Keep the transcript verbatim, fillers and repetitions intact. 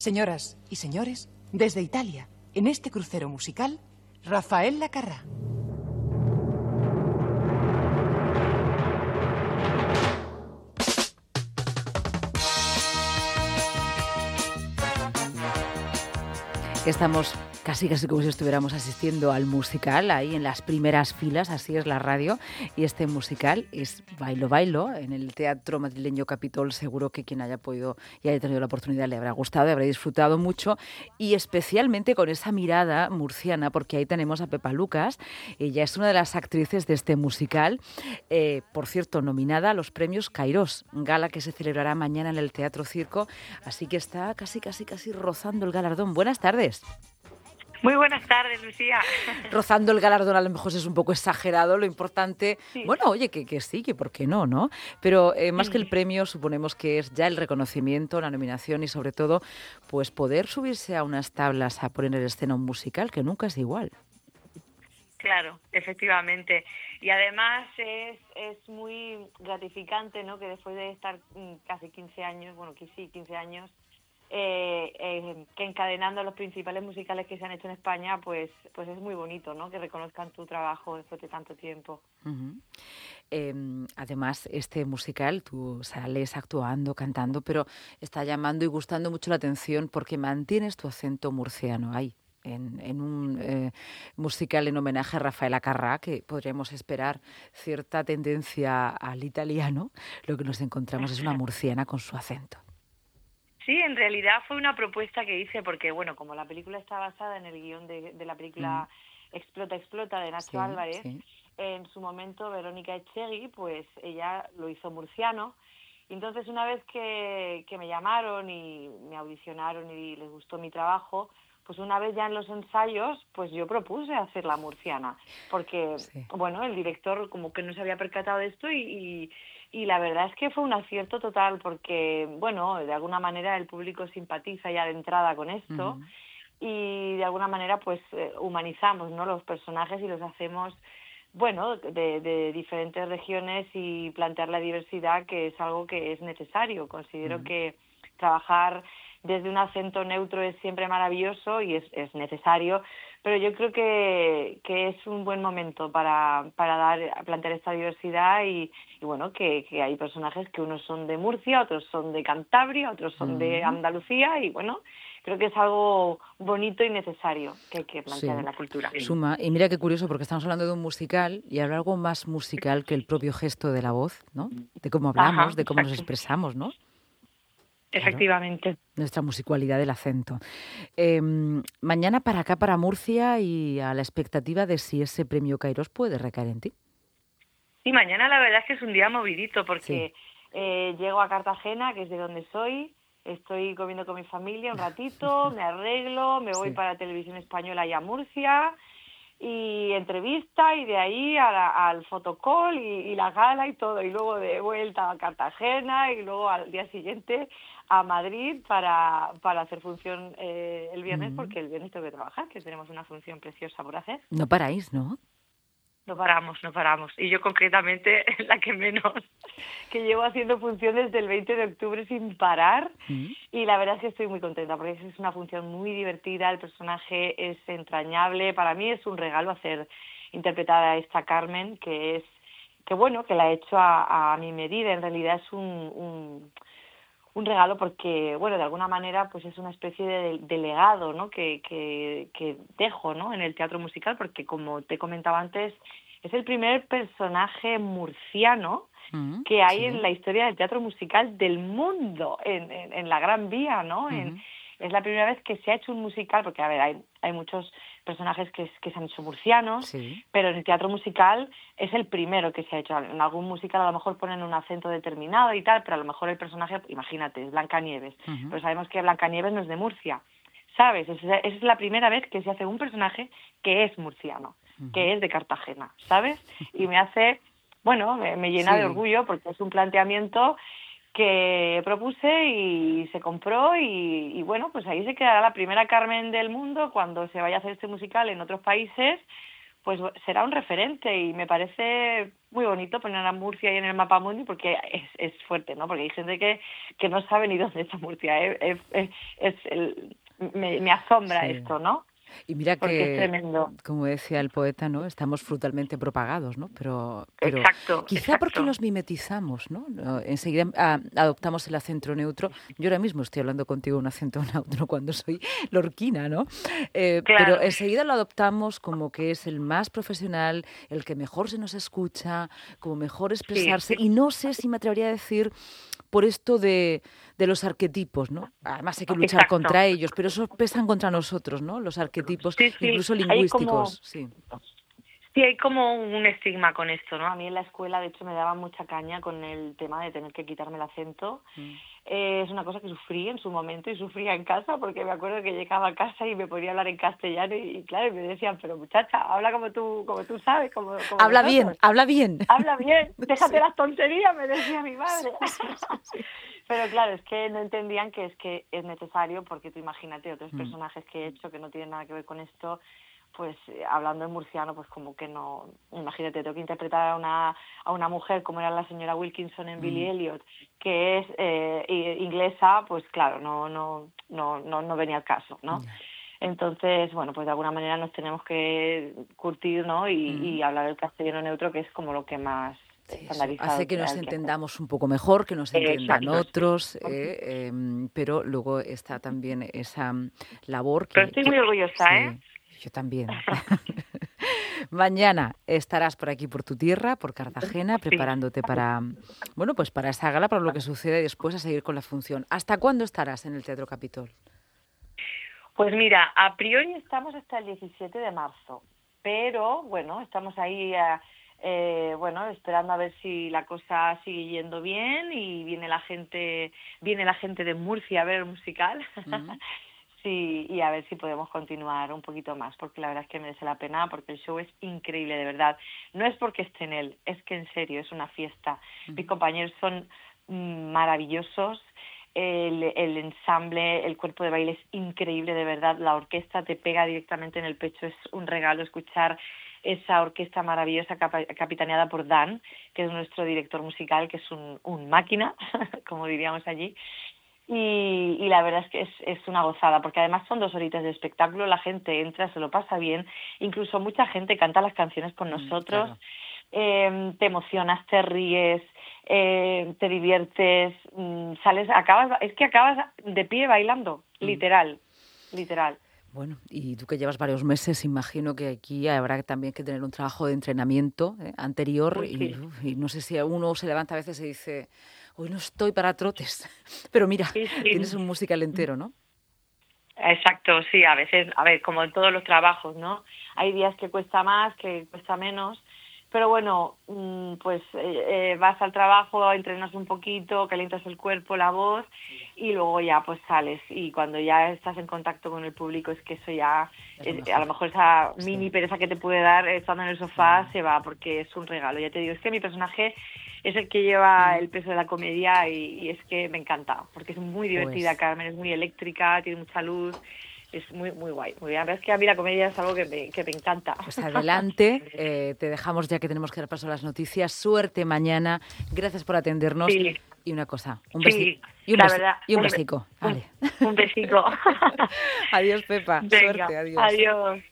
Señoras y señores, desde Italia, en este crucero musical, Rafael Lacarrá. Estamos casi casi como si estuviéramos asistiendo al musical, ahí en las primeras filas, así es la radio, y este musical es Bailo Bailo, en el Teatro Madrileño Capitol. Seguro que quien haya podido y haya tenido la oportunidad le habrá gustado y habrá disfrutado mucho, y especialmente con esa mirada murciana, porque ahí tenemos a Pepa Lucas. Ella es una de las actrices de este musical, eh, por cierto, nominada a los premios Kairos, gala que se celebrará mañana en el Teatro Circo, así que está casi casi casi rozando el galardón. Buenas tardes. Muy buenas tardes, Lucía. Rozando el galardón a lo mejor es un poco exagerado, lo importante, Sí. bueno, oye, que, que sí, que por qué no, ¿no? Pero eh, más Sí. que el premio, suponemos que es ya el reconocimiento, la nominación y sobre todo, pues poder subirse a unas tablas a poner en escena un musical, que nunca es igual. Claro, efectivamente. Y además es, es muy gratificante, ¿no?, que después de estar casi quince años, bueno, que sí, quince años, Eh, eh, que encadenando los principales musicales que se han hecho en España, pues pues es muy bonito, ¿no?, que reconozcan tu trabajo después de tanto tiempo. Uh-huh. Eh, además, este musical, tú sales actuando, cantando, pero está llamando y gustando mucho la atención porque mantienes tu acento murciano ahí, en, en un eh, musical en homenaje a Rafael Lacarrá, que podríamos esperar cierta tendencia al italiano. Lo que nos encontramos es una murciana con su acento. Sí, en realidad fue una propuesta que hice porque, bueno, como la película está basada en el guión de, de la película mm. Explota, Explota, de Nacho sí, Álvarez, sí. en su momento Verónica Echegui, pues ella lo hizo murciano. Y entonces una vez que, que me llamaron y me audicionaron y les gustó mi trabajo, pues una vez ya en los ensayos, pues yo propuse hacer la murciana, porque, sí. bueno, el director como que no se había percatado de esto y... y Y la verdad es que fue un acierto total porque, bueno, de alguna manera el público simpatiza ya de entrada con esto uh-huh. y de alguna manera pues eh, humanizamos, ¿no?, los personajes y los hacemos, bueno, de, de diferentes regiones y plantear la diversidad, que es algo que es necesario. Considero uh-huh. que trabajar desde un acento neutro es siempre maravilloso y es, es necesario, pero yo creo que, que es un buen momento para, para dar, plantear esta diversidad y, y bueno, que, que hay personajes que unos son de Murcia, otros son de Cantabria, otros son uh-huh. de Andalucía y bueno, creo que es algo bonito y necesario que hay que plantear sí. en la cultura. Suma, y mira qué curioso, porque estamos hablando de un musical y habrá algo más musical que el propio gesto de la voz, ¿no? De cómo hablamos, Ajá, de cómo exacto. nos expresamos, ¿no? Claro. Efectivamente. Nuestra musicalidad del acento. Eh, mañana para acá, para Murcia, y a la expectativa de si ese premio Kairos puede recaer en ti. Sí, mañana la verdad es que es un día movidito porque sí. eh, llego a Cartagena, que es de donde soy, estoy comiendo con mi familia un ratito, me arreglo, me voy sí. para Televisión Española y a Murcia, y entrevista, y de ahí a la, al fotocall y, y la gala y todo, y luego de vuelta a Cartagena y luego al día siguiente a Madrid para, para hacer función eh, el viernes, mm. porque el viernes tengo que trabajar, que tenemos una función preciosa por hacer. No paráis, ¿no? No paramos, no paramos. Y yo concretamente la que menos, que llevo haciendo función desde el veinte de octubre sin parar. Mm. Y la verdad es que estoy muy contenta porque es una función muy divertida, el personaje es entrañable. Para mí es un regalo hacer interpretar a esta Carmen, que es, que bueno, que la he hecho a, a mi medida. En realidad es un, un, un regalo porque, bueno, de alguna manera pues es una especie de, de legado, ¿no?, que, que, que dejo, ¿no?, en el teatro musical, porque como te comentaba antes, es el primer personaje murciano uh-huh, que hay sí. en la historia del teatro musical del mundo, en, en, en la Gran Vía, ¿no? Uh-huh. En, es la primera vez que se ha hecho un musical, porque a ver, hay, hay muchos personajes que, que se han hecho murcianos, sí. pero en el teatro musical es el primero que se ha hecho. En algún musical a lo mejor ponen un acento determinado y tal, pero a lo mejor el personaje, imagínate, es Blancanieves, uh-huh. pero sabemos que Blancanieves no es de Murcia, ¿sabes? Esa es la primera vez que se hace un personaje que es murciano, uh-huh. que es de Cartagena, ¿sabes? Y me hace, bueno, me, me llena sí. de orgullo porque es un planteamiento que propuse y se compró y, y bueno, pues ahí se quedará la primera Carmen del mundo cuando se vaya a hacer este musical en otros países, pues será un referente y me parece muy bonito poner a Murcia ahí en el mapa mundi porque es, es fuerte, ¿no? Porque hay gente que, que no sabe ni dónde está Murcia, ¿eh? es, es, es el, me, me asombra sí. esto, ¿no? Y mira porque que, es tremendo. Como decía el poeta, ¿no? Estamos brutalmente propagados, ¿no? Pero, pero exacto, quizá exacto. porque los mimetizamos, ¿no? Enseguida a, adoptamos el acento neutro. Yo ahora mismo estoy hablando contigo un acento neutro cuando soy lorquina, ¿no? Eh, claro. Pero enseguida lo adoptamos como que es el más profesional, el que mejor se nos escucha, como mejor expresarse. Sí. Y no sé si me atrevería a decir por esto de, de los arquetipos, ¿no? Además hay que luchar exacto. contra ellos, pero esos pesan contra nosotros, ¿no? Los arquetipos, sí, sí. incluso lingüísticos. Como, sí. sí, hay como un estigma con esto, ¿no? A mí en la escuela, de hecho, me daba mucha caña con el tema de tener que quitarme el acento. Mm. Eh, es una cosa que sufrí en su momento y sufría en casa porque me acuerdo que llegaba a casa y me podía hablar en castellano y, y claro, me decían, pero muchacha, habla como tú como tú sabes. Como, como habla nosotros. bien, habla bien. Habla bien, déjate sí. las tonterías, me decía mi madre. Sí, sí, sí. Pero claro, es que no entendían que es que es necesario porque tú imagínate otros mm. personajes que he hecho que no tienen nada que ver con esto, pues eh, hablando en murciano, pues como que no, imagínate, tengo que interpretar a una a una mujer como era la señora Wilkinson en mm. Billy Elliot, que es eh, inglesa, pues claro, no no no no, no venía al caso, ¿no? Mm. Entonces, bueno, pues de alguna manera nos tenemos que curtir, ¿no? Y, mm. y hablar el castellano neutro, que es como lo que más sí, hace que nos entendamos un poco mejor, que nos entiendan Exacto. otros, eh, eh, pero luego está también esa labor que... Pero estoy muy orgullosa, sí, ¿eh? Yo también. Mañana estarás por aquí, por tu tierra, por Cartagena, sí. preparándote para, bueno, pues para esa gala, para lo que sucede y después a seguir con la función. ¿Hasta cuándo estarás en el Teatro Capitol? Pues mira, a priori estamos hasta el diecisiete de marzo, pero bueno, estamos ahí, eh, eh, bueno, esperando a ver si la cosa sigue yendo bien y viene la gente, viene la gente de Murcia a ver el musical. Mm. Sí, y a ver si podemos continuar un poquito más, porque la verdad es que merece la pena, porque el show es increíble, de verdad. No es porque esté en él, es que en serio, es una fiesta. Uh-huh. Mis compañeros son mm, maravillosos, el, el ensamble, el cuerpo de baile es increíble, de verdad. La orquesta te pega directamente en el pecho, es un regalo escuchar esa orquesta maravillosa cap- capitaneada por Dan, que es nuestro director musical, que es un, un máquina, como diríamos allí. Y, y la verdad es que es, es una gozada, porque además son dos horitas de espectáculo, la gente entra, se lo pasa bien, incluso mucha gente canta las canciones con nosotros, claro. eh, te emocionas, te ríes, eh, te diviertes, mmm, sales, acabas, es que acabas de pie bailando, mm. literal, literal. Bueno, y tú que llevas varios meses, imagino que aquí habrá también que tener un trabajo de entrenamiento eh, anterior Uy, sí. y, uf, y no sé si uno se levanta a veces y dice, hoy no estoy para trotes, pero mira, sí, sí. tienes un musical entero, ¿no? Exacto, sí, a veces, a ver, como en todos los trabajos, ¿no? Hay días que cuesta más, que cuesta menos, pero bueno, pues eh, vas al trabajo, entrenas un poquito, calientas el cuerpo, la voz y luego ya pues sales y cuando ya estás en contacto con el público es que eso ya, es, a lo mejor esa sí. mini pereza que te puede dar estando en el sofá sí. se va porque es un regalo. Ya te digo, es que mi personaje es el que lleva el peso de la comedia y, y es que me encanta porque es muy divertida, pues... Carmen es muy eléctrica, tiene mucha luz. Es muy muy guay. Muy bien. La verdad es que a mí la comedia es algo que me, que me encanta. Pues adelante, eh, te dejamos ya que tenemos que dar paso a las noticias. Suerte mañana. Gracias por atendernos. Sí. Y una cosa, un besico. Sí, y un, besi- verdad, y un, un besico. Un, vale. un besico. Adiós, Pepa. Venga, Suerte, adiós. Adiós.